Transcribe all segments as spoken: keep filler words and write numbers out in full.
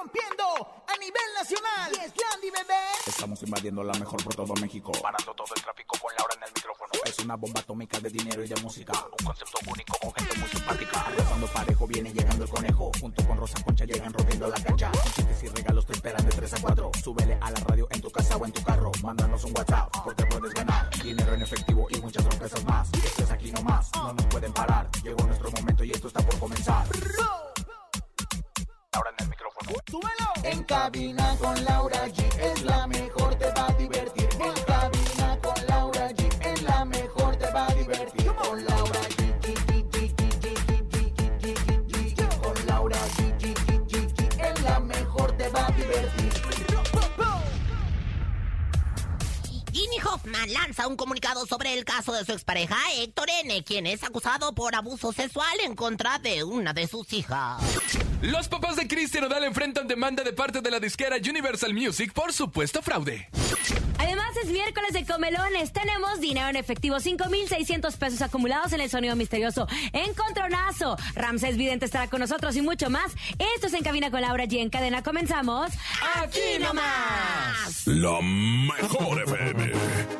rompiendo a nivel nacional. Y es Landy, bebé. Estamos invadiendo la mejor por todo México, parando todo el tráfico con Laura en el micrófono. Es una bomba atómica de dinero y de música, un concepto único con gente muy simpática. Rozando parejo viene llegando el conejo, junto con Rosa Concha llegan rompiendo la cancha. Con chistes y regalos te esperan de tres a cuatro. Súbele a la radio en tu casa o en tu carro, mándanos un WhatsApp porque puedes ganar dinero en efectivo y muchas sorpresas más. Esto es aquí nomás, no nos pueden parar. Llegó nuestro momento y esto está por comenzar. Laura en el micrófono. ¡Súbelo! En cabina con Laura G es la mejor, te va a divertir. En cabina con Laura G es la mejor, te va a divertir. Con Laura G, G, G, G, G, G, G, G, G, con Laura G, G, G, G, G, es la mejor, te va a divertir. Ginny Hoffman lanza un comunicado sobre el caso de su expareja Héctor N., quien es acusado por abuso sexual en contra de una de sus hijas. Los papás de Cristian Nodal enfrentan demanda de parte de la disquera Universal Music por supuesto fraude. Además, es miércoles de comelones. Tenemos dinero en efectivo, cinco mil seiscientos pesos acumulados en el sonido misterioso. Encontronazo. Ramsés Vidente estará con nosotros y mucho más. Esto es En Cabina con Laura G. En cadena comenzamos. ¡Aquí nomás! La mejor F M.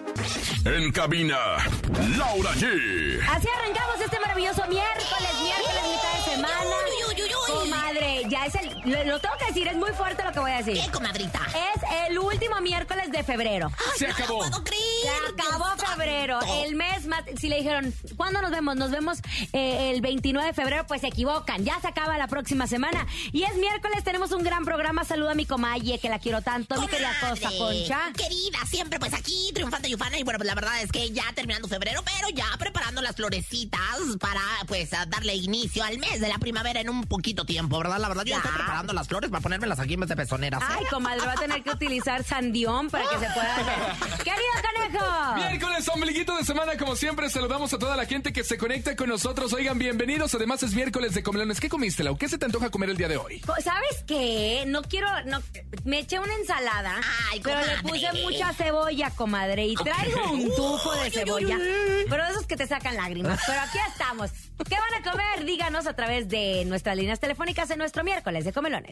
En cabina, Laura G. Así arrancamos este maravilloso miércoles, miércoles, mitad de semana. Uy, uy, uy, uy. Comadre, ya es el... Lo, lo tengo que decir, es muy fuerte lo que voy a decir. ¿Qué, comadrita? Es el último miércoles de febrero. Ay, Se no acabó. lo puedo creer. Se acabó Dios febrero, santo. el mes más... Si le dijeron, ¿cuándo nos vemos? Nos vemos eh, el veintinueve de febrero, pues se equivocan. Ya se acaba la próxima semana. Y es miércoles, tenemos un gran programa. Saluda a mi comaye, que la quiero tanto. Mi querida Comadre, Cosa Concha. querida, siempre pues aquí, triunfante y ufana. Y bueno, pues la verdad es que ya terminando febrero, pero ya preparando las florecitas para pues a darle inicio al mes de la primavera en un poquito tiempo, ¿verdad? La verdad, yo ya estoy preparando las flores para ponérmelas aquí en vez de pezoneras. Ay, comadre, va a tener que utilizar sandión para que se pueda hacer. ¡Querido Conejo! Miércoles, ombliguito de semana, como siempre, saludamos a toda la gente que se conecta con nosotros. Oigan, bienvenidos. Además, es miércoles de comelones. ¿Qué comiste, Lau? ¿Qué se te antoja comer el día de hoy? ¿Sabes qué? No quiero... No, me eché una ensalada, Ay, pero le comadre. puse mucha cebolla, comadre, y traigo un tufo de cebolla, pero esos que te sacan lágrimas. Pero aquí estamos. ¿Qué van a comer? Díganos a través de nuestras líneas telefónicas en nuestro miércoles de comelones.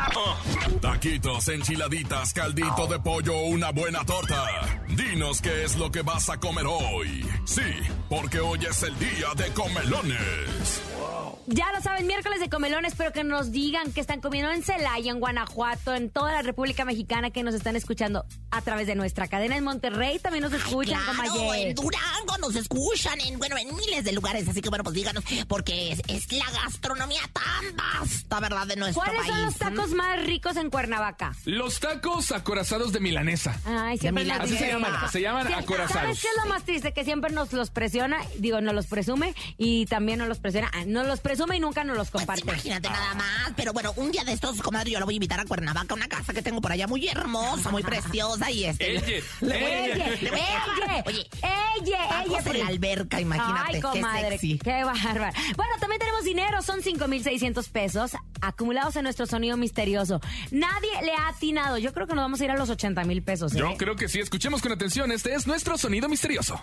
Taquitos, enchiladitas, caldito de pollo, una buena torta. Dinos qué es lo que vas a comer hoy. Sí, porque hoy es el día de comelones. Ya lo saben, miércoles de comelones, pero que nos digan que están comiendo en Celaya, en Guanajuato, en toda la República Mexicana, que nos están escuchando a través de nuestra cadena en Monterrey. También nos escuchan, Claro, comadre. en Durango nos escuchan, en bueno, en miles de lugares. Así que bueno, pues díganos, porque es, es la gastronomía tan vasta, ¿verdad? De nuestro ¿Cuáles país. son los tacos más ricos en Cuernavaca? Los tacos acorazados de milanesa. Ay, siempre De nos Así dice. se llaman, se llaman Sí, acorazados. ¿Sabes qué es lo más triste? Que siempre nos los presiona, digo, nos los presume y también nos los presiona. Ah, nos los presume y nunca nos los Pues comparte. imagínate nada más. Pero bueno, un día de estos, comadre, yo la voy a invitar a Cuernavaca, una casa que tengo por allá muy hermosa, muy preciosa. Y este. Ella, le voy a- ella. le voy a llevar- ¡Ella! Oye, ¡Ella! tacos en la alberca, imagínate. Ay, comadre, qué sexy. qué bárbaro. Bueno, también tenemos dinero, son cinco mil seiscientos pesos acumulados en nuestro sonido misterioso. Nadie le ha atinado. Yo creo que nos vamos a ir a los ochenta mil pesos. ¿eh? Yo creo que sí. Escuchemos con atención. Este es nuestro sonido misterioso.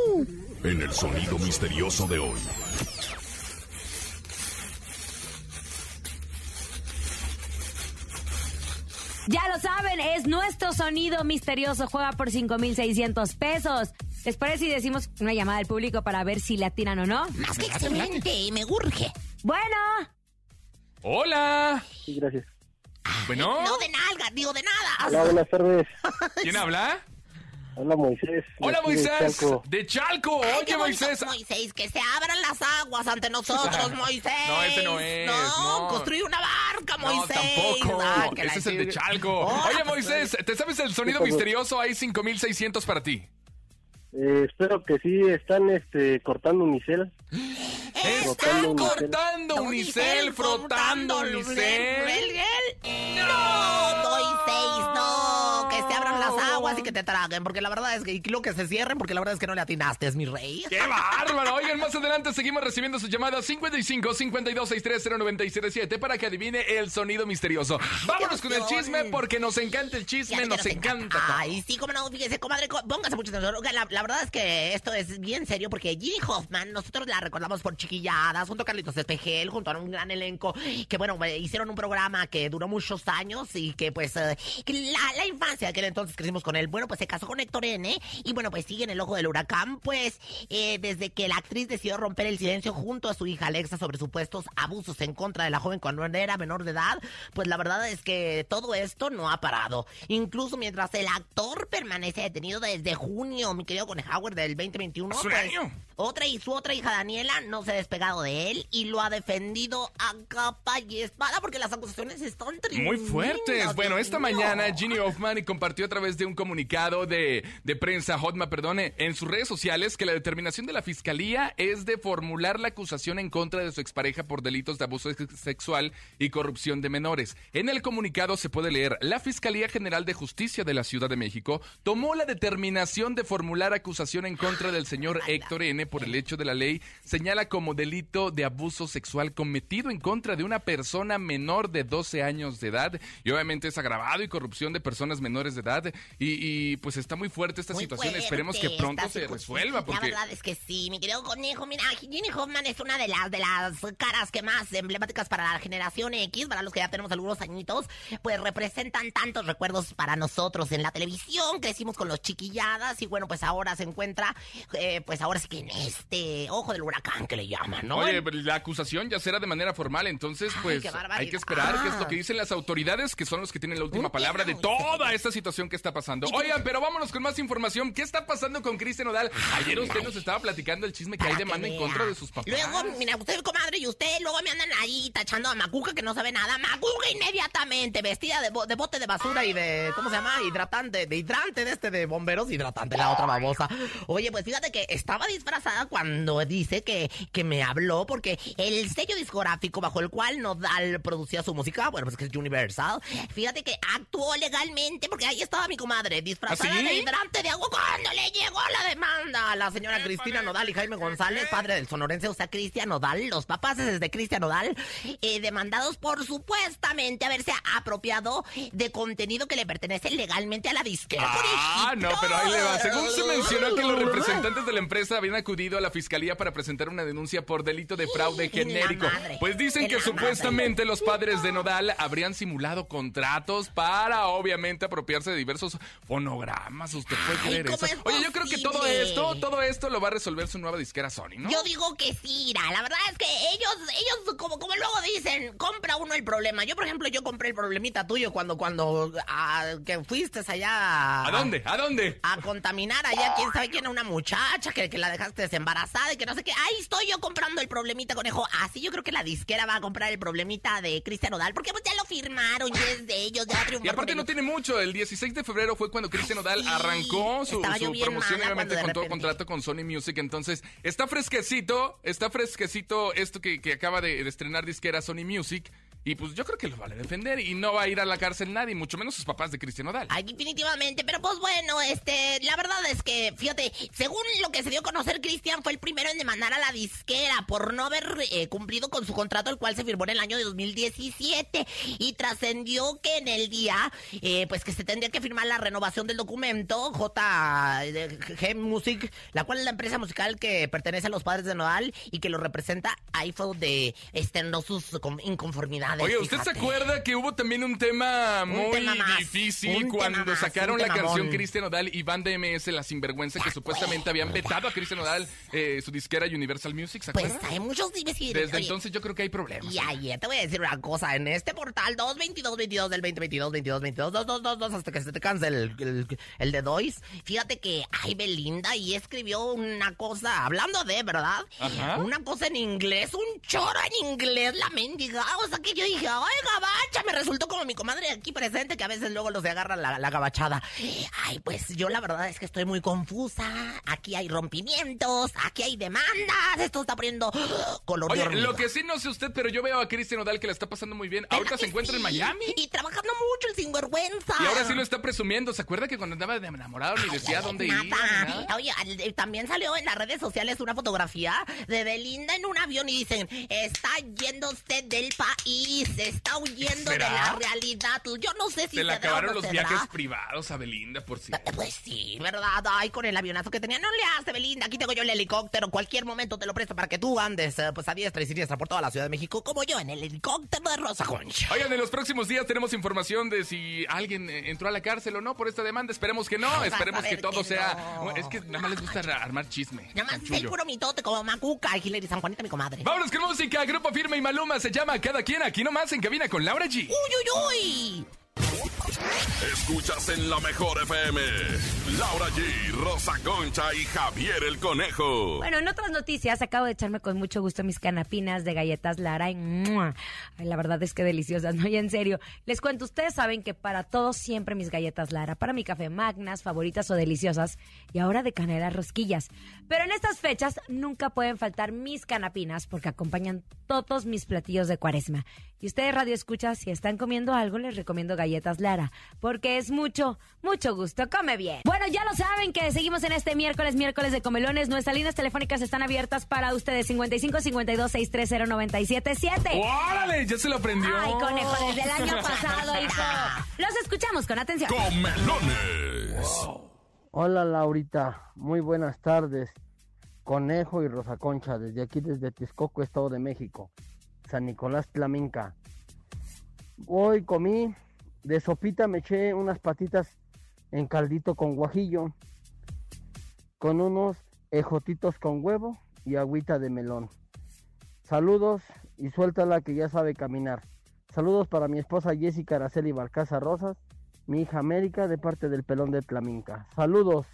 En el sonido misterioso de hoy. Ya lo saben, es nuestro sonido misterioso. Juega por cinco mil seiscientos pesos. ¿Les parece si decimos una llamada al público para ver si le atinan o no? Más que excelente, me urge. Bueno. Hola. Sí, gracias. Bueno, No de nalga, digo de nada. Hola, buenas tardes. ¿quién habla? Hola, Moisés. Hola, de aquí de Moisés. Chalco. De Chalco. Ay, Oye, qué bonito, Moisés. Moisés, que se abran las aguas ante nosotros, Moisés. No, ese no es, No, no. construir una barca, No, Moisés. tampoco. Ah, que la Ese es el de chica. Chalco. Oh, Oye, pues, Moisés, ¿te sabes el sonido Sí, pues, misterioso? Hay cinco mil seiscientos para ti. Eh, espero que sí están este, cortando unicel. Están Frotando cortando unicel, frotando unicel. No, Moisés, no. Que se abran las aguas y que te traguen, porque la verdad es que, y lo que se cierren, porque la verdad es que no le atinaste, es mi rey. ¡Qué bárbaro! Oigan, más adelante seguimos recibiendo sus llamadas cincuenta y cinco, cincuenta y dos, sesenta y tres, cero nueve siete siete para que adivine el sonido misterioso. Vámonos con el chisme, porque nos encanta el chisme, nos, nos encanta. encanta. Ay, sí, como no, fíjese, comadre, póngase mucho atención. La, la verdad es que esto es bien serio, porque Ginny Hoffman, nosotros la recordamos por Chiquilladas, junto a Carlitos Espejel, junto a un gran elenco, que bueno, hicieron un programa que duró muchos años y que pues eh, que la, la infancia, que entonces crecimos con él. Bueno, pues se casó con Héctor N y bueno, pues sigue en el ojo del huracán, pues eh, desde que la actriz decidió romper el silencio junto a su hija Alexa sobre supuestos abusos en contra de la joven cuando era menor de edad, pues la verdad es que todo esto no ha parado. Incluso mientras el actor permanece detenido desde junio, mi querido Conejauer, del veinte veintiuno, ¿Es un pues, año? Otra y su otra hija Daniela no se ha despegado de él y lo ha defendido a capa y espada porque las acusaciones están tremendas. Muy fuertes. Bueno, esta mío. mañana Ginny Hoffman compartió a través de un comunicado de, de prensa, Hotma, perdone, en sus redes sociales que la determinación de la fiscalía es de formular la acusación en contra de su expareja por delitos de abuso sexual y corrupción de menores. En el comunicado se puede leer: la Fiscalía General de Justicia de la Ciudad de México tomó la determinación de formular acusación en contra del señor Héctor N por el hecho de la ley señala como delito de abuso sexual cometido en contra de una persona menor de doce años de edad, y obviamente es agravado, y corrupción de personas menores de edad, y, y pues está muy fuerte esta Muy situación. fuerte, Esperemos que pronto se situ- resuelva, porque La verdad es que sí, mi querido conejo. Mira, Ginny Hoffman es una de las de las caras que más emblemáticas para la generación X, para los que ya tenemos algunos añitos, pues representan tantos recuerdos para nosotros en la televisión. Crecimos con los Chiquilladas y bueno, pues ahora se encuentra, eh, pues ahora sí que en este ojo del huracán que le llaman, ¿no? Oye, la acusación ya será de manera formal, entonces Ay, pues qué barbaridad. hay que esperar qué es lo que dicen las autoridades, que son los que tienen la última Un palabra de tema muy toda serio. esta situación que está pasando. Oigan, pero vámonos con más información. ¿Qué está pasando con Cristian Nodal? Ayer usted nos estaba platicando el chisme que hay Para demanda que en vea. contra de sus papás. Luego, mira, usted, comadre, y usted luego me andan ahí tachando a Macuca que no sabe nada. Macuca inmediatamente, vestida de, bo- de bote de basura y de, ¿cómo se llama? Hidratante, de hidrante de este de bomberos, hidratante, la otra babosa. Oye, pues fíjate que estaba disfrazada cuando dice que, que me habló, porque el sello discográfico bajo el cual Nodal producía su música, bueno, pues que es Universal, fíjate que actuó legalmente, porque ahí estaba mi comadre, disfrazada ¿Ah, sí? de hidrante de agua cuando le llegó la demanda a la señora Cristina Nodal y Jaime González, padre del sonorense, o sea, Cristian Nodal, los papás de Cristian Nodal, eh, demandados por supuestamente haberse apropiado de contenido que le pertenece legalmente a la disquera. Ah, no, pero ahí le va. Según se mencionó que los representantes de la empresa habían acudido a la fiscalía para presentar una denuncia por delito de fraude En la genérico. madre, Pues dicen en que la supuestamente los padres de Nodal habrían simulado contratos para obviamente apropiarse de diversos fonogramas. ¿Usted puede Ay, creer ¿cómo eso? es Oye, yo creo que todo posible? esto, todo esto lo va a resolver su nueva disquera Sony, ¿no? Yo digo que sí, Ira. La verdad es que ellos, ellos como, como luego dicen, compra uno el problema. Yo, por ejemplo, yo compré el problemita tuyo cuando, cuando, ah, que fuiste allá. ¿A dónde? ¿A dónde? A contaminar allá, quién sabe quién era una muchacha, que, que la dejaste desembarazada y que no sé qué. Ahí estoy yo comprando el problemita, conejo. Así yo creo que la disquera va a comprar el problemita de Cristian Nodal, porque pues ya lo firmaron y es de ellos, ya va a triunfar Y aparte con no ellos. tiene mucho. El dieciséis de febrero fue cuando Cristian Nodal sí. arrancó su, Estaba yo su bien promoción, mala obviamente cuando de con todo repente. contrato con Sony Music. Entonces, está fresquecito, está fresquecito esto que, que acaba de, de estrenar disquera Sony Music. Y pues yo creo que lo vale defender y no va a ir a la cárcel nadie, mucho menos sus papás de Cristian Nodal. Ay, definitivamente, pero pues bueno, este, la verdad es que, fíjate, según lo que se dio a conocer, Cristian fue el primero en demandar a la disquera por no haber eh, cumplido con su contrato, el cual se firmó en el año de dos mil diecisiete, y trascendió que en el día, eh, pues que se tendría que firmar la renovación del documento J G Music, la cual es la empresa musical que pertenece a los padres de Nodal y que lo representa iPhone de externó sus com- inconformidades. Oye, ¿usted fíjate. se acuerda que hubo también un tema Un muy tema más, difícil un cuando tema más, sacaron un la temamón. canción Cristian Nodal y Banda M S, La Sinvergüenza, que supuestamente habían vetado a Cristian Nodal eh, su disquera Universal Music, ¿se Pues acuerda? hay muchos dimes y Desde oye, entonces yo creo que hay problemas. Y ayer te voy a decir una cosa, en este portal dos veintidós veintidós del veinte veintidós veintidós veintidós dos dos dos dos hasta que se te canse el, el, el de Dois, fíjate que hay Belinda y escribió una cosa, hablando de, ¿verdad? Ajá. Una cosa en inglés, un choro en inglés, la mendiga, o sea que yo dije, ay, gabacha, me resultó como mi comadre aquí presente, que a veces luego los de agarran la, la gabachada. Ay, pues yo la verdad es que estoy muy confusa, aquí hay rompimientos, aquí hay demandas, esto está poniendo color de Oye, hormiga. lo que sí no sé usted, pero yo veo a Cristian Nodal que la está pasando muy bien. Ahorita ¿Verdad se que encuentra en sí? Miami. Y trabajando mucho el sinvergüenza. Y ahora sí lo está presumiendo. ¿Se acuerda que cuando andaba de enamorado ni decía Ay, dónde nada. iba? ni nada? Oye, al- también salió en las redes sociales una fotografía de Belinda en un avión y dicen, está yendo usted del país, está huyendo ¿Será? de la realidad. Yo no sé si Se le será acabaron o no los será. viajes privados a Belinda, por si. Pues sí, ¿verdad? Ay, con el avionazo que tenía. No le hace, Belinda. Aquí tengo yo el helicóptero. Cualquier momento te lo presto para que tú andes, eh, pues a diestra y siniestra por toda la Ciudad de México, como yo en el helicóptero de Rosa Concha. Oigan, en los próximos días tenemos información de si alguien eh, entró a la cárcel o no por esta demanda. Esperemos que no. Vas a Esperemos ver que todo que sea. no. Es que nada más les gusta ar- armar chisme. Nada más chanchullo. el puro mitote como Macuca y Hilary San Juanita, mi comadre. Vámonos con música. Grupo Firme y Maluma se llama Cada Quien. Aquí nomás en cabina con Laura G. ¡Uy, uy, uy! Escuchas en la mejor F M. Laura G, Rosa Concha y Javier el Conejo. Bueno, en otras noticias, acabo de echarme con mucho gusto mis canapinas de galletas Lara y ¡mua! Ay, la verdad es que deliciosas, ¿no? Y en serio, les cuento, ustedes saben que para todos siempre mis galletas Lara, para mi café magnas, favoritas o deliciosas, y ahora de canela rosquillas. Pero en estas fechas nunca pueden faltar mis canapinas porque acompañan todos mis platillos de Cuaresma. Y ustedes, radio escuchas, si están comiendo algo, les recomiendo galletas Lara, porque es mucho, mucho gusto. Come bien. Bueno, ya lo saben que seguimos en este miércoles, miércoles de comelones. Nuestras líneas telefónicas están abiertas para ustedes, cincuenta y cinco, cincuenta y dos, sesenta y tres cero, noventa y siete siete. ¡Órale! Ya se lo aprendió. Ay, conejo, desde el año pasado, hijo. Los escuchamos con atención. Comelones. Hola Laurita, muy buenas tardes. Conejo y Rosa Concha, desde aquí, desde Texcoco, Estado de México, San Nicolás Tlaminca. Hoy comí, de sopita me eché unas patitas en caldito con guajillo, con unos ejotitos con huevo y agüita de melón. Saludos y suéltala que ya sabe caminar. Saludos para mi esposa Jessica Araceli Balcaza Rosas, mi hija América, de parte del Pelón de Tlaminca. Saludos.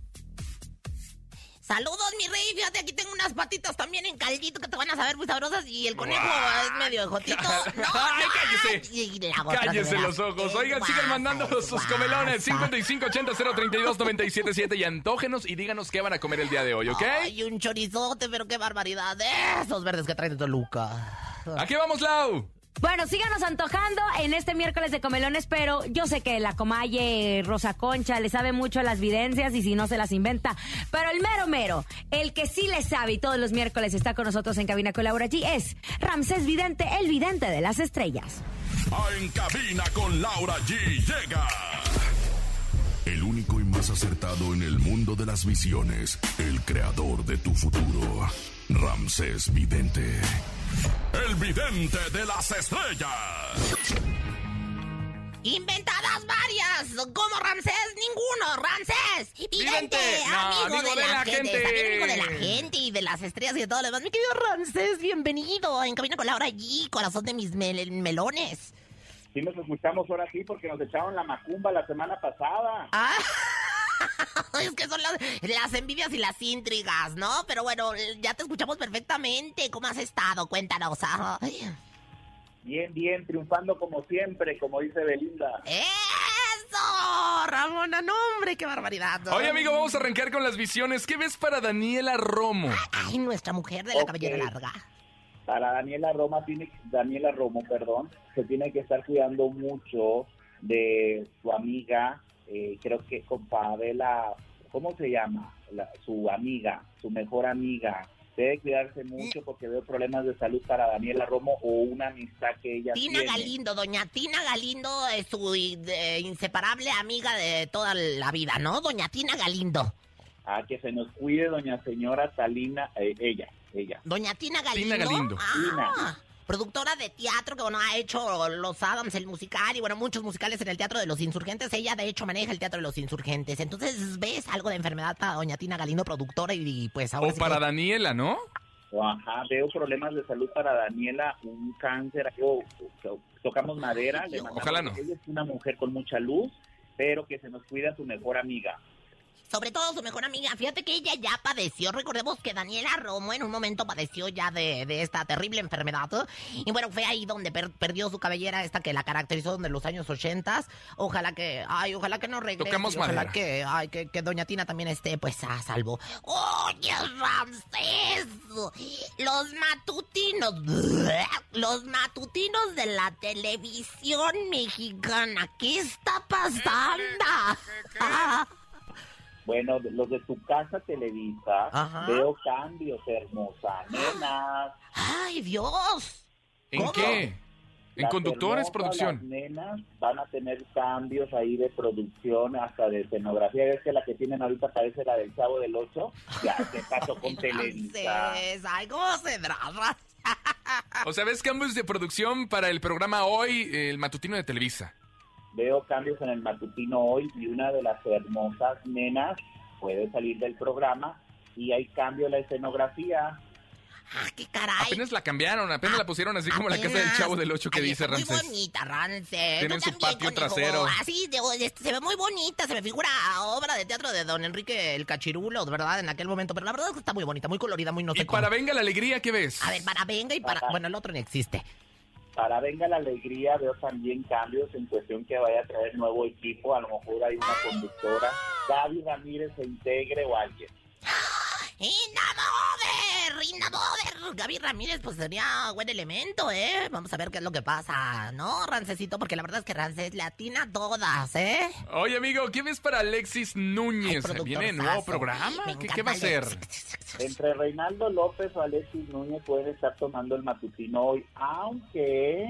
Saludos, mi rey. Fíjate, aquí tengo unas patitas también en caldito que te van a saber muy sabrosas. Y el conejo Guau. es medio jotito. No, Ay, cállese. ay, y la otra Cállese se verá. los ojos. Oigan, Es sigan guapa, mandando es sus comelones. guapa. cincuenta y cinco ochenta cero treinta y dos noventa y siete siete y antógenos y díganos qué van a comer el día de hoy, ¿ok? Ay, un chorizote, pero qué barbaridad. Esos verdes que traen de Toluca. ¿A qué vamos, Lau? Bueno, síganos antojando en este miércoles de comelones, pero yo sé que la comalle Rosa Concha le sabe mucho a las videncias y si no se las inventa. Pero el mero mero, el que sí le sabe y todos los miércoles está con nosotros en Cabina con Laura G es Ramsés Vidente, el vidente de las estrellas. En cabina con Laura G llega el único y más acertado en el mundo de las visiones, el creador de tu futuro, Ramsés Vidente, el vidente de las estrellas. Inventadas varias, como Ramsés, ninguno, Ramsés. Vidente, Vidente, no, amigo, amigo de, de la, la gente, gente. también amigo de la gente y de las estrellas y de todo lo demás. Mi querido Ramsés, bienvenido en Cabina con Laura G, corazón de mis mel- melones. Sí nos escuchamos ahora sí porque nos echaron la macumba la semana pasada. Ah, es que son las, las envidias y las intrigas, ¿no? Pero bueno, ya te escuchamos perfectamente. ¿Cómo has estado? Cuéntanos. Ay. Bien, bien, triunfando como siempre, como dice Belinda. ¡Eso! Ramona, no, hombre, qué barbaridad, ¿no? Oye, amigo, vamos a arrancar con las visiones. ¿Qué ves para Daniela Romo? Ay, nuestra mujer de la Ok. cabellera larga. Para Daniela Roma tiene, Daniela Romo, perdón, se tiene que estar cuidando mucho de su amiga, eh, creo que con Pavela, ¿cómo se llama? La- su amiga, su mejor amiga. Debe cuidarse mucho porque veo problemas de salud para Daniela Romo o una amistad que ella Tina tiene. Galindo, doña Tina Galindo es su eh, inseparable amiga de toda la vida, ¿no? Doña Tina Galindo. Ah, que se nos cuide doña señora Talina, eh, ella, ella. Doña Tina Galindo. Tina Galindo. Ah, Tina. productora de teatro que, bueno, ha hecho Los Adams, el musical, y bueno, muchos musicales en el Teatro de los Insurgentes. Ella, de hecho, maneja el Teatro de los Insurgentes. Entonces, ¿ves algo de enfermedad para doña Tina Galindo, productora? Y, y, pues ahora O sí para que- Daniela, ¿no? Ajá, veo problemas de salud para Daniela, un cáncer, yo, to- tocamos madera, le mandamos- Ojalá no. ella es una mujer con mucha luz, pero que se nos cuida su mejor amiga. Sobre todo su mejor amiga. Fíjate que ella ya padeció. Recordemos que Daniela Romo en un momento padeció ya de, de esta terrible enfermedad. Y bueno, fue ahí donde per- perdió su cabellera, esta que la caracterizó de los años ochentas. Ojalá que, ay, ojalá que no regrese. Tocamos Ojalá madera. que, ay, que, que doña Tina también esté, pues, a salvo. Oye, Ramsés, los matutinos, los matutinos de la televisión mexicana, ¿qué está pasando? Bueno, los de tu casa Televisa, Ajá. veo cambios, hermosa, nenas. ¡Ay, Dios! ¿En ¿Cómo? qué? ¿En Las conductores, hermosas, producción? Las nenas van a tener cambios ahí de producción, hasta de escenografía. ¿Ves que la que tienen ahorita parece la del Chavo del Ocho? Ya, se pasó con Televisa. Ramsés, ay, ¿cómo se drama? O sea, ¿ves cambios de producción para el programa Hoy, el matutino de Televisa? Veo cambios en el matutino hoy y una de las hermosas nenas puede salir del programa y hay cambio en la escenografía. ¡Ah, qué caray! Apenas la cambiaron, apenas la pusieron así como la casa del Apenas. Chavo del Ocho que Ay, dice está Ramsés. Muy bonita, Ramsés. Tienen Tú su también, patio conejo. trasero. Así, de- de- se ve muy bonita, se me figura obra de teatro de don Enrique el Cachirulo, ¿verdad? En aquel momento, pero la verdad es que está muy bonita, muy colorida, muy no sé Y cómo. para Venga la Alegría, ¿qué ves? A ver, para Venga y para... Ajá. Bueno, el otro ni existe. Para Venga la Alegría veo también cambios en cuestión que vaya a traer nuevo equipo. A lo mejor hay una conductora, Gaby Ramírez se integre o alguien. ¡Inamover! ¡Inamover! Gaby Ramírez, pues sería buen elemento, ¿eh? Vamos a ver qué es lo que pasa, ¿no, Rancesito? Porque la verdad es que Rancés le atina todas, ¿eh? Oye, amigo, ¿qué ves para Alexis Núñez? Ay, ¿Viene nuevo productorzazo. programa? Me ¿Qué, encanta qué va a hacer? Alexis. Entre Reinaldo López o Alexis Núñez pueden estar tomando el matutino hoy, aunque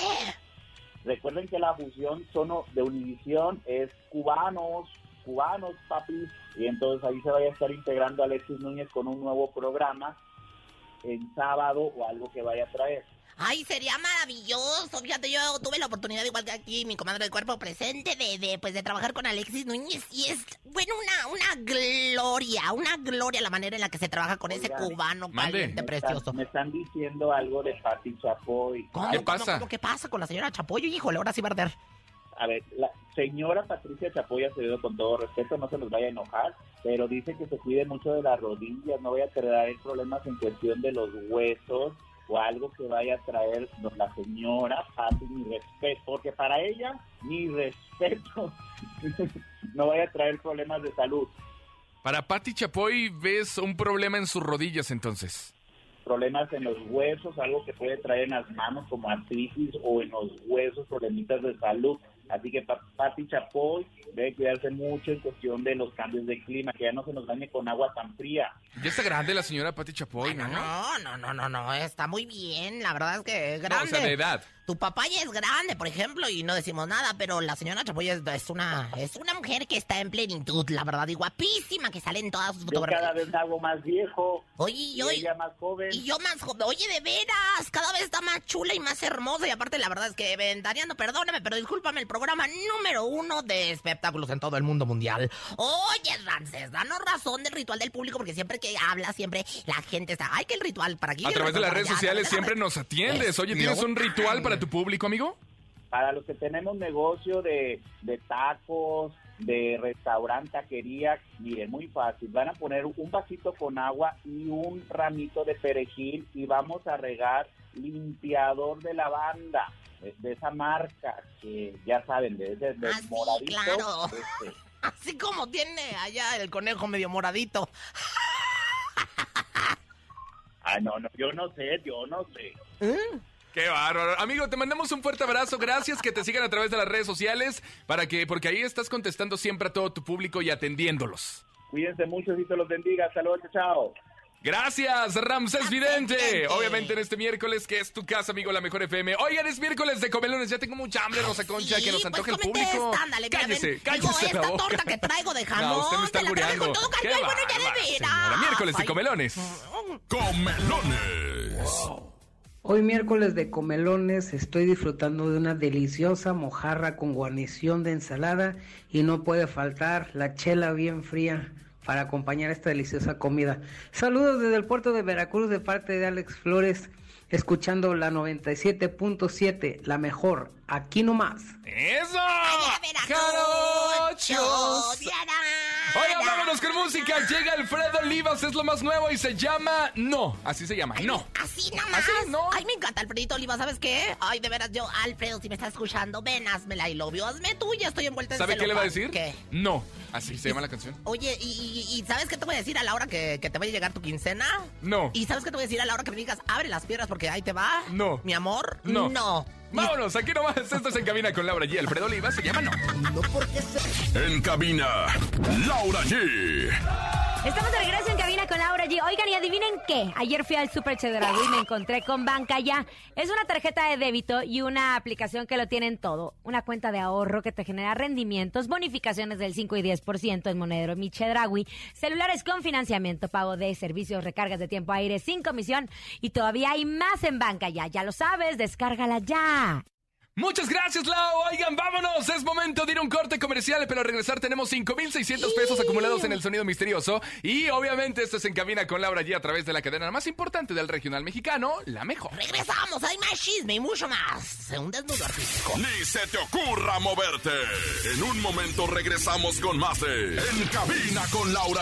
recuerden que la fusión sono de Univisión es cubanos, cubanos, papi, y entonces ahí se vaya a estar integrando Alexis Núñez con un nuevo programa en sábado o algo que vaya a traer. Ay, sería maravilloso. Fíjate, yo tuve la oportunidad, igual que aquí mi comadre del cuerpo presente, de, de pues de trabajar con Alexis Núñez. Y es, bueno, una, una gloria, una gloria la manera en la que se trabaja con ese Oigan, cubano mande. caliente, Me precioso. están, me están diciendo algo de Pati Chapoy. ¿Cómo, ¿Qué cómo, pasa? cómo, ¿Qué pasa con la señora Chapoyo? Híjole, ahora sí va a arder. A ver, la señora Patricia Chapoy Acevedo, con todo respeto, no se nos vaya a enojar, pero dice que se cuide mucho de las rodillas, no vaya a traer problemas en cuestión de los huesos o algo que vaya a traer la señora Pati, mi respeto, porque para ella, mi respeto, no vaya a traer problemas de salud. Para Pati Chapoy, ¿ves un problema en sus rodillas entonces? Problemas en los huesos, algo que puede traer en las manos como artritis o en los huesos, problemitas de salud. Así que pa- Pati Chapoy debe cuidarse mucho en cuestión de los cambios de clima, que ya no se nos bañe con agua tan fría. Ya está grande la señora Pati Chapoy, Bueno, ¿no? no, no, no, no, no, está muy bien, la verdad es que es No, grande. o sea, de edad. Tu papá ya es grande, por ejemplo, y no decimos nada, pero la señora Chapoy es, es una es una mujer que está en plenitud, la verdad, y guapísima, que sale en todas sus Yo fotografías. cada vez me hago más viejo Oye, y y hoy... ella más joven. Y yo más joven. Oye, de veras, cada vez está más chula y más hermosa. Y aparte, la verdad es que, Ventaneando, perdóname, pero discúlpame, el programa número uno de espectáculos en todo el mundo mundial. Oye, Ramsés, danos razón del ritual del público, porque siempre que habla, siempre la gente está... Ay, que el ritual para aquí. A el través de ritual las para redes allá, sociales ¿no? siempre nos atiendes. Oye, ¿tienes un ritual para tu público, amigo? Para los que tenemos negocio de, de tacos, de restaurante, taquería, miren, muy fácil. Van a poner un vasito con agua y un ramito de perejil y vamos a regar limpiador de lavanda, de, de esa marca que ya saben, de ese de Ah, sí, moradito. claro. Este. Así como tiene allá el conejo medio moradito. Ah, no, no, yo no sé, yo no sé. Qué bárbaro. Amigo, te mandamos un fuerte abrazo. Gracias que te sigan a través de las redes sociales para que, porque ahí estás contestando siempre a todo tu público y atendiéndolos. Cuídense mucho, Dios te los bendiga. Hasta luego, chao. Gracias, Ramsés Vidente. Vidente. Obviamente en este miércoles, que es tu casa, amigo, la mejor F M. Oigan, es miércoles de comelones. Ya tengo mucha hambre, Rosa Concha, Sí, que nos pues antoje el cómete público. esta, ándale, mira, cállese, ven. cállese Digo, la esta boca. torta que traigo de jamón, No, usted me está te la traigo albureando. con todo Qué cariño. Ay, bueno, ya de bárbara, veras. señora. Miércoles de Ay. comelones. Comelones. Hoy miércoles de comelones estoy disfrutando de una deliciosa mojarra con guarnición de ensalada y no puede faltar la chela bien fría para acompañar esta deliciosa comida. Saludos desde el puerto de Veracruz de parte de Alex Flores, escuchando la noventa y siete punto siete, la mejor, aquí nomás. ¡Eso! Ay, a Veracruz, ¡Jarochos! Diana. Oigan, vamos Vámonos con música. Llega Alfredo Olivas, es lo más nuevo y se llama No. Así se llama, No. Así nada más. Así, no. Ay, me encanta Alfredito Olivas, ¿sabes qué? Ay, de veras, yo, Alfredo, si me estás escuchando, ven, hazmela y lo vio, hazme tuya, estoy envuelta en ¿Sabe qué le va a decir? ¿Qué? No. Así se llama la canción. Oye, ¿y, y, y sabes qué te voy a decir a la hora que, que te vaya a llegar tu quincena? No. ¿Y sabes qué te voy a decir a la hora que me digas, abre las piedras porque ahí te va? No. ¿Mi amor? No. No. Vámonos, aquí nomás. Esto es En Cabina con Laura G. Alfredo Olivas se llama No. No porque se... En cabina, Laura G. Estamos de regreso en Cabina con Laura G. Oigan, y adivinen qué. Ayer fui al Super Chedraui y me encontré con Banca Ya. Es una tarjeta de débito y una aplicación que lo tienen todo. Una cuenta de ahorro que te genera rendimientos, bonificaciones del cinco y diez por ciento en Monedero Mi Chedraui, celulares con financiamiento, pago de servicios, recargas de tiempo aire sin comisión. Y todavía hay más en Banca Ya. Ya lo sabes, descárgala ya. Muchas gracias, Lau. Oigan, vámonos. Es momento de ir a un corte comercial, pero al regresar tenemos cinco mil seiscientos pesos acumulados en el sonido misterioso. Y obviamente esto es En Cabina con Laura G a través de la cadena más importante del regional mexicano, La Mejor. Regresamos, hay más chisme y mucho más. Un desnudo artístico. Ni se te ocurra moverte. En un momento regresamos con más de En Cabina con Laura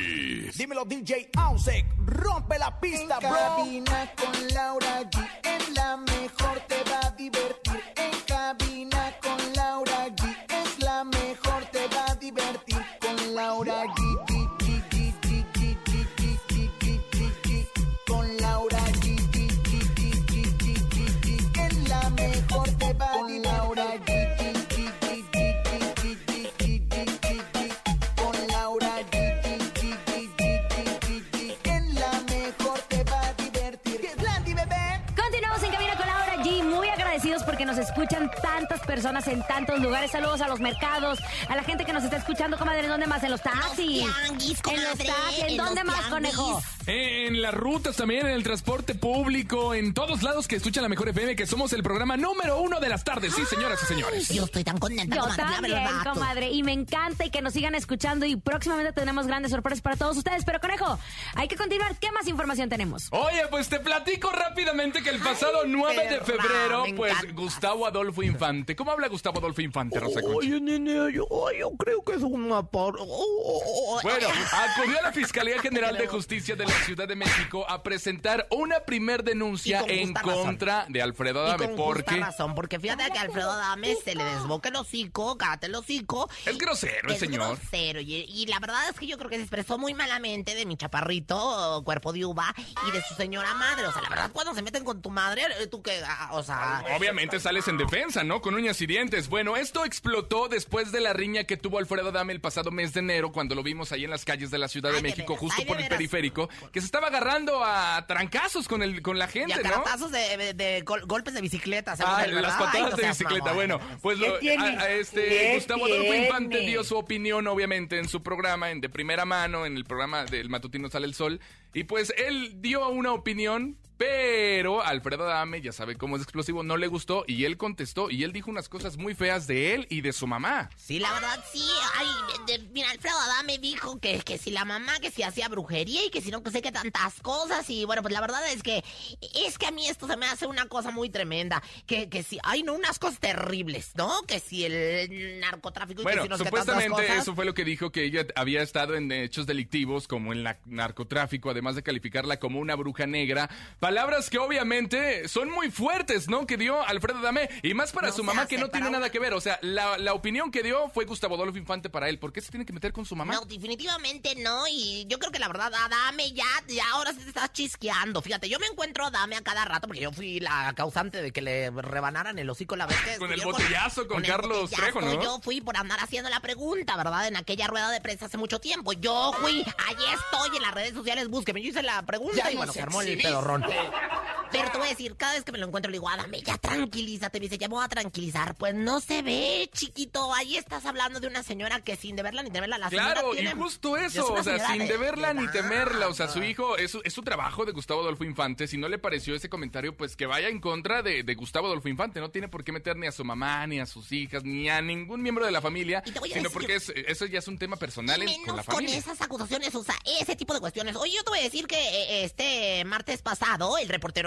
G. Dímelo, D J Ausek, rompe la pista, En bro. cabina con Laura G, es la mejor, te va a divertir. En cabina con Laura G, es la mejor, te va a divertir. Con Laura G, G, G, G, G, G, G, G, G, G, G, G. Con Laura G, G, G, G, G, G, G, G. Es la mejor, te va a divertir. Con Laura G, G, G, G, G, G, G, G, G, G, G. Con Laura G, G, G, G, G, G, G, G. Es la mejor, te va a divertir. ¿Qué es Landy, bebé? Continuamos en Cabina con Laura G. Muy agradecidos porque nos escuchan tantas personas en tantos lugares. Saludos a los mercados, a la gente que nos está escuchando, comadre. ¿En dónde más? En los taxis. En los tianguis, En los comadre, taxis. ¿En en dónde los más, tianguis. conejo? En las rutas también, en el transporte público, en todos lados que escuchan La Mejor F M, que somos el programa número uno de las tardes. Sí, señoras y señores. Yo estoy tan contenta, Yo comadre, la también, verdad. comadre. Y me encanta y que nos sigan escuchando. Y próximamente tenemos grandes sorpresas para todos ustedes. Pero, conejo, hay que continuar. ¿Qué más información tenemos? Oye, pues te platico rápidamente que el pasado Ay, nueve de perra, febrero, me pues encanta. Gustavo Adolfo Infante. ¿Cómo habla Gustavo Adolfo Infante, Rosa Concha? Oye, nene, yo, yo creo que es una par... oh, oh, oh. Bueno, acudió a la Fiscalía General de Justicia de la Ciudad de México a presentar una primer denuncia Y con en justa contra de Alfredo Y Adame. con Porque justa razón, porque fíjate que a Alfredo Adame se le desboca el hocico, cállate el hocico. es grosero el Es señor. grosero, y, y la verdad es que yo creo que se expresó muy malamente de mi chaparrito, cuerpo de uva, y de su señora madre. O sea, la verdad, cuando se meten con tu madre, tú que, ah, o sea... Obviamente sales en defensa, ¿no? Con uñas y dientes. Bueno, esto explotó después de la riña que tuvo Alfredo Adame el pasado mes de enero, cuando lo vimos ahí en las calles de la Ciudad de Ay, de México, veras, justo ay, de por el veras. periférico, que se estaba agarrando a trancazos con el con la Y gente, a ¿no? caratazos de, de- de gol- golpes de bicicleta, según Ah, él, las ¿verdad? patadas Ay, no de seas bicicleta. mamón. Bueno, pues lo- tiene? a, a este ¿Qué Gustavo Adolfo tiene? Infante dio su opinión, obviamente, en su programa, en de primera mano, en el programa del matutino Sale el Sol. Y pues él dio una opinión, pero Alfredo Adame, ya sabe cómo es explosivo, no le gustó y él contestó y él dijo unas cosas muy feas de él y de su mamá. Sí, la verdad, sí. Ay, de- de- mira, Alfredo Adame dijo que, que si la mamá, que si hacía brujería y que si no, que sé que tantas cosas. Y bueno, pues la verdad es que es que a mí esto se me hace una cosa muy tremenda. Que, que si, ay, no, unas cosas terribles, ¿no? Que si el narcotráfico y Bueno, que si no sé qué tantas supuestamente cosas. eso fue lo que dijo, que ella había estado en hechos delictivos como el na- narcotráfico, además de calificarla como una bruja negra. Palabras que obviamente son muy fuertes, ¿no? Que dio Alfredo Adame, y más para No su se mamá, hace, que no tiene para nada una- que ver. O sea, la, la opinión que dio fue Gustavo Adolfo Infante para él. ¿Por qué se tiene que meter con su mamá? No, definitivamente no, y yo creo que la verdad, Adame, ya, ya ahora sí te estás chisqueando. Fíjate, yo me encuentro a Adame a cada rato, porque yo fui la causante de que le rebanaran el hocico la vez que... Con el estuvieron botellazo con el Carlos botellazo. Trejo, ¿no? Yo fui por andar haciendo la pregunta, ¿verdad? En aquella rueda de prensa hace mucho tiempo. Yo fui, allí estoy en las redes sociales, búsqueme. Yo hice la pregunta Ya y no bueno, se se armó el exhibiste. pedorrón. Pero te voy a decir, cada vez que me lo encuentro le digo, Adame, ya tranquilízate. Me dice, ya me voy a tranquilizar. Pues no se ve, chiquito. Ahí estás hablando de una señora que sin deberla ni temerla, la señora Claro, y tiene- justo es eso, una o sea, señora sin de- deberla de ni edad. temerla, o sea, su hijo, es, su- es su trabajo de Gustavo Adolfo Infante. Si no le pareció ese comentario, pues que vaya en contra de, de Gustavo Adolfo Infante. No tiene por qué meter ni a su mamá, ni a sus hijas, ni a ningún miembro de la familia, Y te voy a sino decir- porque es, eso ya es un tema personal Y en- con la menos con familia. esas acusaciones, o sea, ese tipo de cuestiones. Oye, yo te voy a decir que eh, este martes pasado, el reportero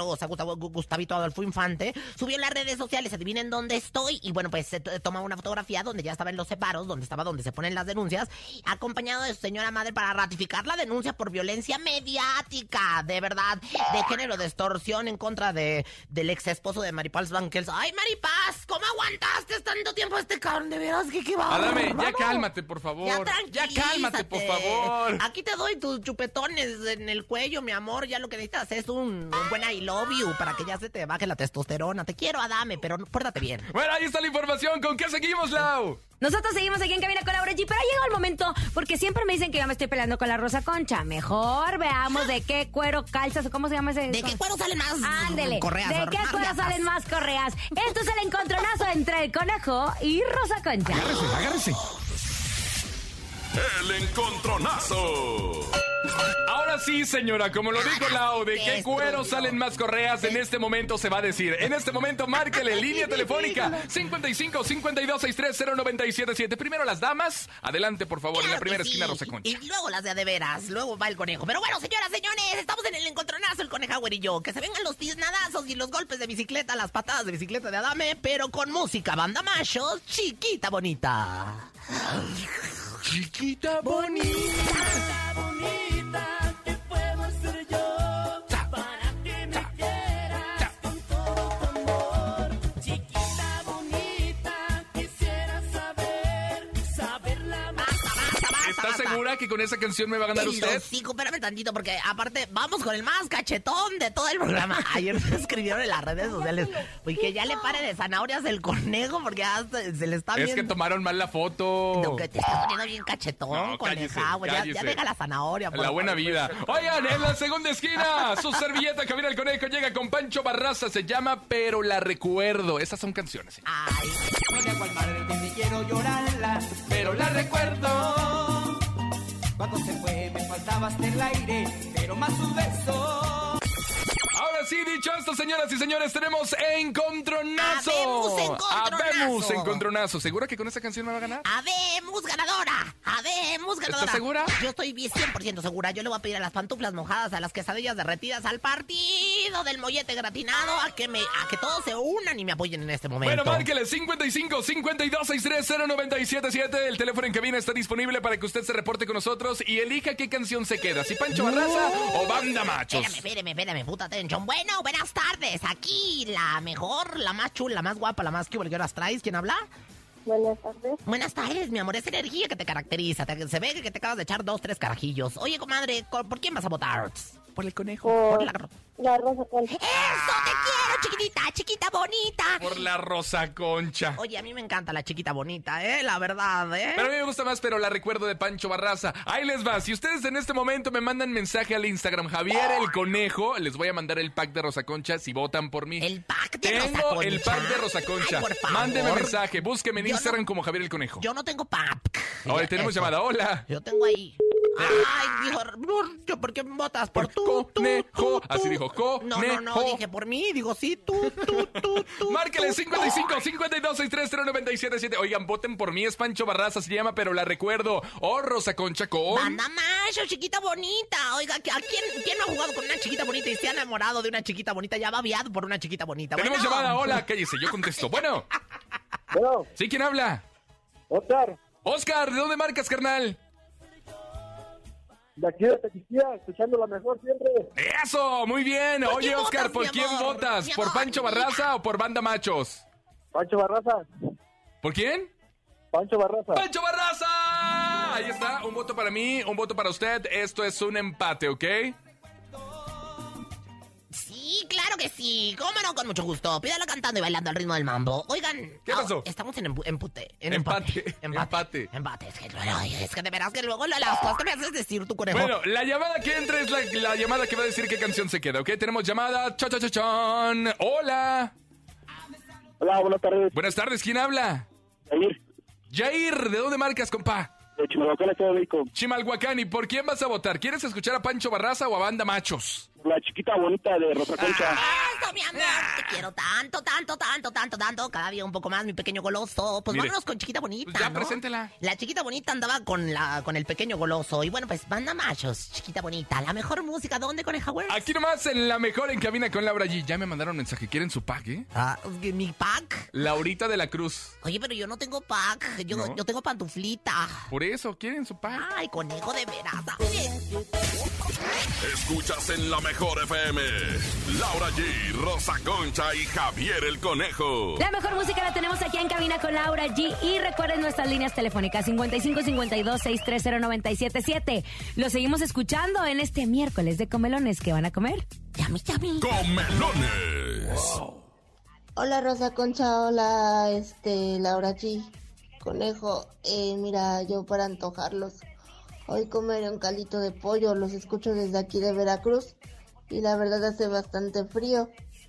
o sea, Gustavo, Gustavito Adolfo Infante, subió en las redes sociales, adivinen dónde estoy, y bueno, pues se toma una fotografía donde ya estaba en los separos, donde estaba donde se ponen las denuncias, acompañado de su señora madre para ratificar la denuncia por violencia mediática, de verdad, de género, de extorsión en contra de del ex esposo de Maripaz Banquels. Ay, Maripaz, ¿cómo aguantaste tanto tiempo a este cabrón? De veras, que qué va. Adame, ya cálmate, por favor. Ya, ya cálmate, por favor. Aquí te doy tus chupetones en el cuello, mi amor. Ya lo que necesitas es un, un buen I love you para que ya se te baje la testosterona. Te quiero, Adame, pero pórtate bien. Bueno, ahí está la información. ¿Con qué seguimos, Lau? Nosotros seguimos aquí en Cabina con Laura G, pero ha llegado el momento, porque siempre me dicen que ya me estoy peleando con la Rosa Concha. Mejor veamos de qué cuero calzas, o cómo se llama ese... ¿De qué cuero salen más Ándele, correas? ¿de qué cuero salen más correas? Esto es el encontronazo entre el conejo y Rosa Concha. Agárrese, agárrese. El encontronazo. Ahora sí, señora, como lo dijo Lau, ¿de qué cuero salen más correas? En este momento se va a decir. En este momento, márquele, línea telefónica cincuenta y cinco, cincuenta y dos, sesenta y tres, cero noventa y siete siete. Primero las damas. Adelante, por favor, Claro en la primera sí. esquina, Rosa Concha. Y luego las de a de veras, luego va el conejo. Pero bueno, señoras, señores, estamos en el encontronazo, el Conejauer y yo. Que se vengan los tiznadazos y los golpes de bicicleta, las patadas de bicicleta de Adame, pero con música, banda machos, chiquita bonita. Chiquita bonita. Chiquita bonita, ¿qué puedo hacer yo para que me quieras con todo tu amor? Chiquita bonita, quisiera saber, saber la más. ¿Está segura que con esa canción me va a ganar usted? Sí, espérame tantito, porque aparte, vamos con el más cachetón de todo el programa. Ayer me escribieron en las redes sociales, pues que ya le pare de zanahorias el conejo, porque ya se, se le está viendo. Es que tomaron mal la foto. No, que te está poniendo bien cachetón, No, coneja, güey. Ya, cállese. ya deja la zanahoria, por La buena favor. vida. Oigan, en la segunda esquina, su servilleta Cabina el Conejo llega con Pancho Barraza. Se llama Pero la Recuerdo. Esas son canciones. ¿eh? Ay, No sé a cuál madre que me quiero llorarla, pero la recuerdo. Cuando se fue me faltaba hasta el aire, pero más un beso. Ahora sí, dicho esto, señoras y señores, tenemos Encontronazo. Habemos Encontronazo. Habemos Encontronazo. ¿Segura que con esa canción me va a ganar? habemos ganadora, habemos ganadora. ¿Estás segura? Yo estoy cien por ciento segura. Yo le voy a pedir a las pantuflas mojadas, a las quesadillas derretidas, al partido del mollete gratinado, a que me, a que todos se unan y me apoyen en este momento. Bueno, márquele cincuenta y cinco, cincuenta y dos, sesenta y tres, cero noventa y siete siete. El teléfono en cabina está disponible para que usted se reporte con nosotros y elija qué canción se queda, si Pancho Barraza o Banda Machos. Espérame, espérame, espérame, puta atención. Bueno, buenas tardes. Aquí la mejor, la más chula, la más guapa, la más que ¿qué horas traes? ¿Quién habla? Buenas tardes. Buenas tardes, mi amor. Es energía que te caracteriza. Te- se ve que te acabas de echar dos, tres carajillos. Oye, comadre, ¿por por quién vas a votar? Por el conejo. Por Por la... la Rosa Concha. ¡Eso! ¡Te quiero, chiquitita, chiquita bonita! Por la Rosa Concha. Oye, a mí me encanta la chiquita bonita, ¿eh? La verdad, ¿eh? Pero a mí me gusta más, pero la recuerdo de Pancho Barraza. Ahí les va. Si ustedes en este momento me mandan mensaje al Instagram Javier el Conejo, les voy a mandar el pack de Rosa Concha si votan por mí. El pack de Tengo Rosa Concha. el pack de Rosa Concha. Ay, por favor. Mándeme mensaje, búsqueme en Yo Instagram no- como Javier el Conejo. Yo no tengo pack. Ahora tenemos Eso. llamada. Hola. Yo tengo ahí. Ay, dijo, ¿yo por qué votas? Por tú, tú, Conejo. tú, tú. Así dijo, Conejo. No, no, no, dije por mí, digo sí, tú, tú, tú, tú. Márquele tú, cincuenta y cinco, tú. cincuenta y dos, sesenta y tres, cero noventa y siete siete. Oigan, voten por mí, es Pancho Barraza, se llama, pero la recuerdo. O Rosa Concha con... Banda macho, chiquita bonita. Oiga, ¿a quién, quién no ha jugado con una chiquita bonita y se ha enamorado de una chiquita bonita? Ya va aviado por una chiquita bonita. Tenemos Bueno. llamada, hola, cállese, yo contesto. Bueno, Bueno, ¿sí quién habla? Oscar, Oscar, ¿de dónde marcas, carnal? de aquí de Tequisquía, escuchando la mejor siempre. ¡Eso! Muy bien. ¿Por Oye, quién Oscar, votas, ¿por mi quién amor? votas? Mi ¿Por amor, Pancho mira. Barraza o por Banda Machos? Pancho Barraza, ¿Por quién? Pancho Barraza. ¡Pancho Barraza! Ahí está, un voto para mí, un voto para usted. Esto es un empate, ¿ok? Sí, claro que sí. ¿Cómo no? Con mucho gusto. Pídalo cantando y bailando al ritmo del mambo. Oigan. ¿Qué pasó? ah, estamos en empu- empute. En Empate, empate. empate. Empate. Es que, ay, es que de veras que luego lo- las cosas que me haces decir tu conejo. Bueno, la llamada que entra es la, la llamada que va a decir qué canción se queda, ¿ok? Tenemos llamada. Cha, cha, cha, chan. Hola. Hola, buenas tardes. Buenas tardes, ¿quién habla? Jair, Jair, ¿de dónde marcas, compa? de Chimalhuacán, Estado de México. Chimalhuacán, ¿y por quién vas a votar? ¿Quieres escuchar a Pancho Barraza o a Banda Machos? la chiquita bonita de Rosa Concha. Eso, mi amor, te quiero tanto, tanto, tanto, tanto, tanto, cada día un poco más, mi pequeño goloso. Pues Mire, vámonos con chiquita bonita, pues ya, ¿no? preséntela. La chiquita bonita andaba con la con el pequeño goloso. Y bueno, pues banda machos, chiquita bonita. La mejor música, ¿dónde, Coneja Works? Aquí nomás en la mejor en cabina con Laura G. Ya me mandaron mensaje, ¿quieren su pack, eh? Ah, ¿mi pack? Laurita de la Cruz. Oye, pero yo no tengo pack, yo, ¿No? yo tengo pantuflita. Por eso, ¿quieren su pack? Ay, conejo de veras. Escuchas en la mejor F M. Laura G, Rosa Concha y Javier el Conejo. La mejor música la tenemos aquí en cabina con Laura G. Y recuerden nuestras líneas telefónicas cincuenta y cinco cincuenta y dos sesenta y tres cero nueve siete siete. Lo seguimos escuchando en este miércoles de comelones. ¿Qué van a comer? Yami, yami. Comelones. Wow. Hola Rosa Concha, hola este Laura G. Conejo, eh, mira, yo para antojarlos, hoy comeré un caldito de pollo, los escucho desde aquí de Veracruz y la verdad hace bastante frío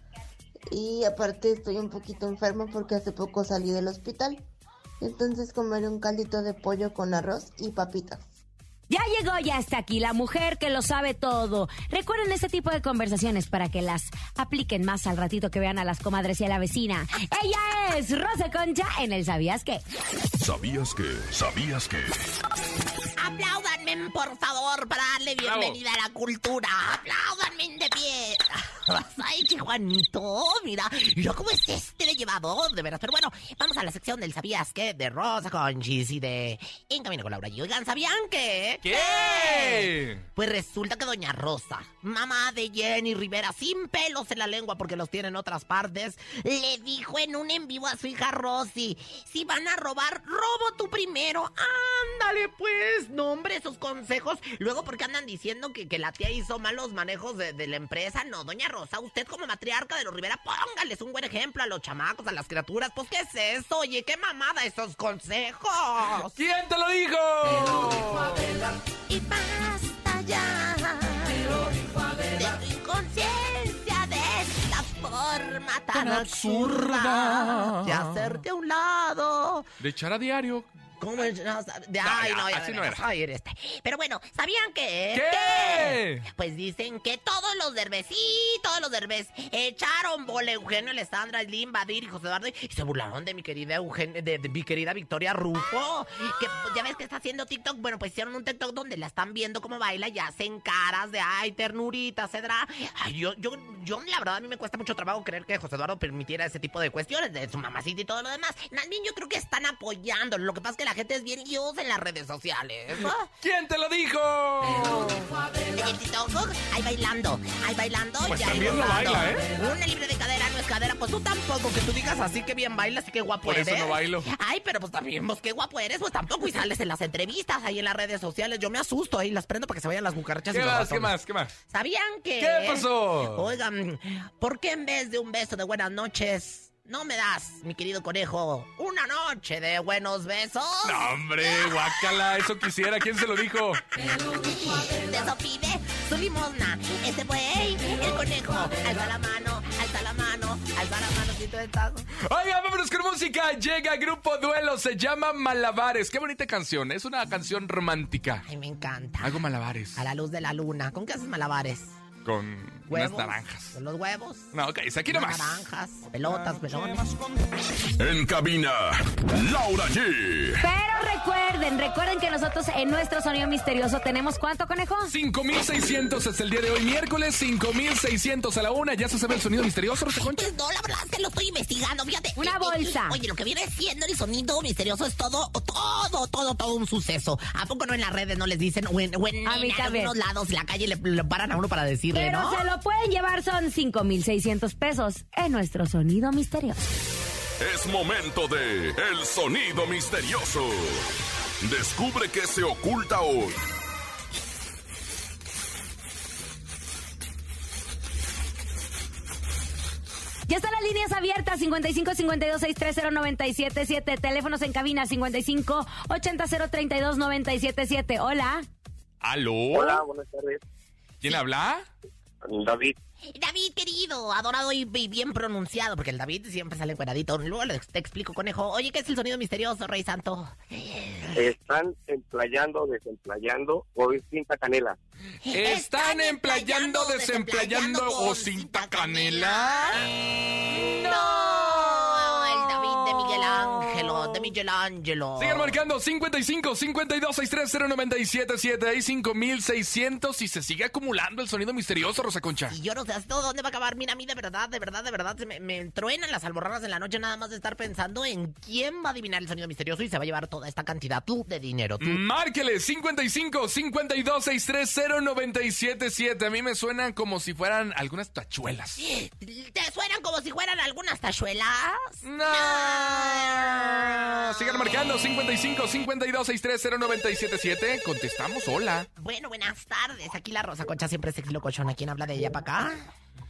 y aparte estoy un poquito enferma porque hace poco salí del hospital, entonces comeré un caldito de pollo con arroz y papitas. Ya llegó, ya está aquí la mujer que lo sabe todo. Recuerden este tipo de conversaciones para que las apliquen más al ratito que vean a las comadres y a la vecina. Ella es Rosa Concha en el ¿Sabías qué? ¿Sabías que? ¿Sabías que? Apláudanme, por favor, para darle bienvenida Bravo. a la cultura. Apláudanme de pie. Ay, qué Juanito, mira, mira cómo es este de llevador, de veras. Pero bueno, vamos a la sección del ¿Sabías qué? De Rosa Conchis y de En Camino con Laura G. Oigan, ¿sabían qué? ¿Qué? Pues resulta que doña Rosa, mamá de Jenny Rivera, sin pelos en la lengua porque los tiene en otras partes, le dijo en un en vivo a su hija Rosy: si van a robar, robo tú primero. Ándale pues, no hombre, esos consejos. Luego, ¿por qué andan diciendo que, que la tía hizo malos manejos de, de la empresa? No, doña Rosa, usted como matriarca de los Rivera, póngales un buen ejemplo a los chamacos, a las criaturas. Pues, ¿qué es eso? Oye, qué mamada esos consejos. ¿Quién te lo dijo? Y basta ya de tu inconsciencia, de esta forma tan, Tan absurda absurda de hacerte a un lado. De echar a diario. ¿Cómo es? No, de, No, ay, ya, no, ya, así de no veras, era. ay, este. Pero bueno, ¿sabían qué? ¿Qué? Pues dicen que todos los derbez, sí, todos los derbez echaron bola a Eugenio, Alessandra, Slim, Badir y José Eduardo y se burlaron de mi querida Eugenio, de, de mi querida Victoria Rufo, que ya ves que está haciendo TikTok. Bueno, pues hicieron un TikTok donde la están viendo cómo baila y hacen caras de ay, ternurita, cedra. Ay, yo, yo, yo, la verdad, a mí me cuesta mucho trabajo creer que José Eduardo permitiera ese tipo de cuestiones de su mamacita y todo lo demás. También yo creo que están apoyando. Lo que pasa es que la gente es bien idiosa en las redes sociales, ¿no? ¿Quién te lo dijo? En el TikTok, ahí bailando, ahí bailando. Pues y ahí también lo gozando. baila, ¿eh? Una libre de cadera no es cadera. Pues tú tampoco, que tú digas así que bien bailas y que guapo Por eres. eso no bailo. Ay, pero pues también, pues qué guapo eres, pues tampoco. Y sales en las entrevistas, ahí en las redes sociales. Yo me asusto ahí, las prendo para que se vayan las cucarachas. ¿Qué y los más? ¿Qué ratones. más? ¿Qué más? ¿Sabían que...? ¿Qué pasó? Oigan, ¿por qué en vez de un beso de buenas noches no me das, mi querido conejo, una noche de buenos besos? No, hombre, guácala, eso quisiera. ¿Quién se lo dijo? De eso pide su limosna. Este güey, el conejo, alza la mano, alza la mano, alza la mano si tú estás. Oiga, vámonos con música. Llega Grupo Duelo, se llama Malabares. Qué bonita canción, es una canción romántica. Ay, me encanta. Hago malabares. A la luz de la luna. ¿Con qué haces malabares? Con ¿Huevos? unas naranjas. ¿Con los huevos? No, ok, aquí nomás. Naranjas, pelotas, pelones. En cabina, Laura G. Pero recuerden, recuerden que nosotros en nuestro sonido misterioso tenemos ¿cuánto, conejo? cinco mil seiscientos es el día de hoy, miércoles. cinco mil seiscientos a la una. ¿Ya se sabe el sonido misterioso, Rosa Concha? Pues no, la verdad es que lo estoy investigando, fíjate. Una Eh, eh, bolsa. Oye, lo que viene siendo el sonido misterioso es todo, todo, todo, todo un suceso. ¿A poco no en las redes no les dicen? O en, o en, A mí en también. algunos lados, en la calle le, le paran a uno para decirle, Pero ¿no? se lo pueden llevar, son cinco mil seiscientos pesos en nuestro sonido misterioso. Es momento de El Sonido Misterioso. Descubre qué se oculta hoy. Ya están las líneas abiertas, cincuenta y cinco cincuenta y dos sesenta y tres cero nueve siete siete. Teléfonos en cabina, cincuenta y cinco ochenta cero treinta y dos noventa y siete siete. Hola. ¿Aló? Hola, buenas tardes. ¿Quién habla? David. David, querido, adorado y y bien pronunciado, porque el David siempre sale encuadradito. Luego le- te explico, conejo. Oye, ¿qué es el sonido misterioso, Rey Santo? Están emplayando, desemplayando o es cinta canela. ¿Están emplayando, desemplayando o cinta canela? ¡No! El David de Miguel Ángelo, de Miguel Ángelo. Sigan marcando cincuenta y cinco, cincuenta y dos, sesenta y tres, cero nueve siete siete. Hay cinco mil seiscientos y se sigue acumulando el sonido misterioso, Rosa Concha. Y yo no sé hasta dónde va a acabar. Mira, a mí de verdad, de verdad, de verdad, se me, me truenan las alborranas en la noche nada más de estar pensando en quién va a adivinar el sonido misterioso y se va a llevar toda esta cantidad tú, de dinero. Tú. Márquele cincuenta y cinco, cincuenta y dos, sesenta y tres, cero nueve siete siete. A mí me suenan como si fueran algunas tachuelas. ¿Te suenan como si fueran algunas tachuelas? No. Sigan marcando cincuenta y cinco, cincuenta y dos, sesenta y tres, cero nueve siete siete. Contestamos, hola. Bueno, buenas tardes. Aquí la Rosa Concha siempre sexy locochona. ¿Quién habla de ella para acá?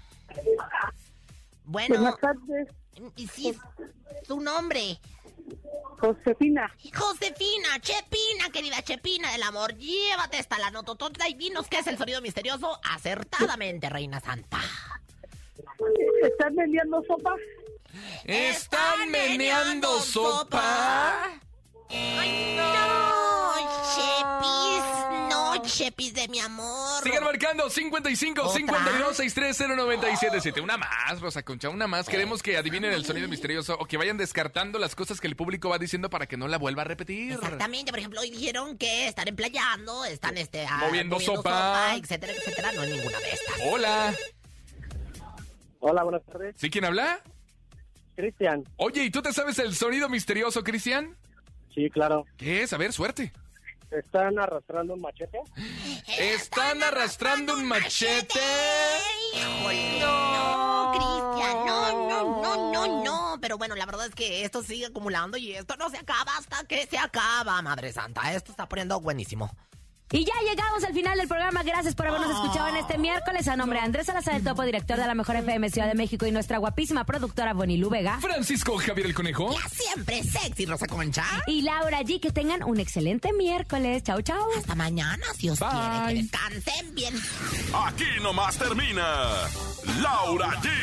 Bueno. Buenas tardes. Y sí, su nombre. Josefina. Josefina, Chepina, querida Chepina del amor. Llévate esta la nototota y dinos qué es el sonido misterioso acertadamente, Reina Santa. ¿Están vendiendo sopa? ¿Están meneando sopa? ¡Ay, no! ¡Chepis! ¡No, Chepis de mi amor! Sigan marcando cincuenta y cinco, cincuenta y dos, sesenta y tres, cero nueve siete siete. Una más, Rosa Concha, una más. Queremos que adivinen el sonido misterioso o que vayan descartando las cosas que el público va diciendo para que no la vuelva a repetir. Exactamente. Por ejemplo, hoy dijeron que están emplayando, están este, ah, moviendo, moviendo sopa. sopa, etcétera, etcétera. No es ninguna de estas. Hola. Hola, buenas tardes. ¿Sí, quién habla? Cristian. Oye, ¿y tú te sabes el sonido misterioso, Cristian? Sí, claro. ¿Qué es? A ver, suerte. ¿Están arrastrando un machete? ¿Están arrastrando un machete? ¡Híjole! No, Cristian, no, no, no, no, no. Pero bueno, la verdad es que esto sigue acumulando y esto no se acaba hasta que se acaba, Madre Santa. Esto está poniendo buenísimo. Y ya llegamos al final del programa. Gracias por habernos escuchado en este miércoles. A nombre de Andrés Salazar, el Topo, director de la Mejor F M Ciudad de México, y nuestra guapísima productora Bonilú Vega. Francisco Javier el Conejo. La siempre sexy Rosa Concha. Y Laura G. Que tengan un excelente miércoles. Chau, chau. Hasta mañana, si os Bye. quiere. Que descansen bien. Aquí nomás termina Laura G,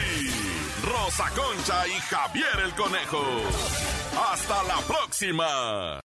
Rosa Concha y Javier el Conejo. Hasta la próxima.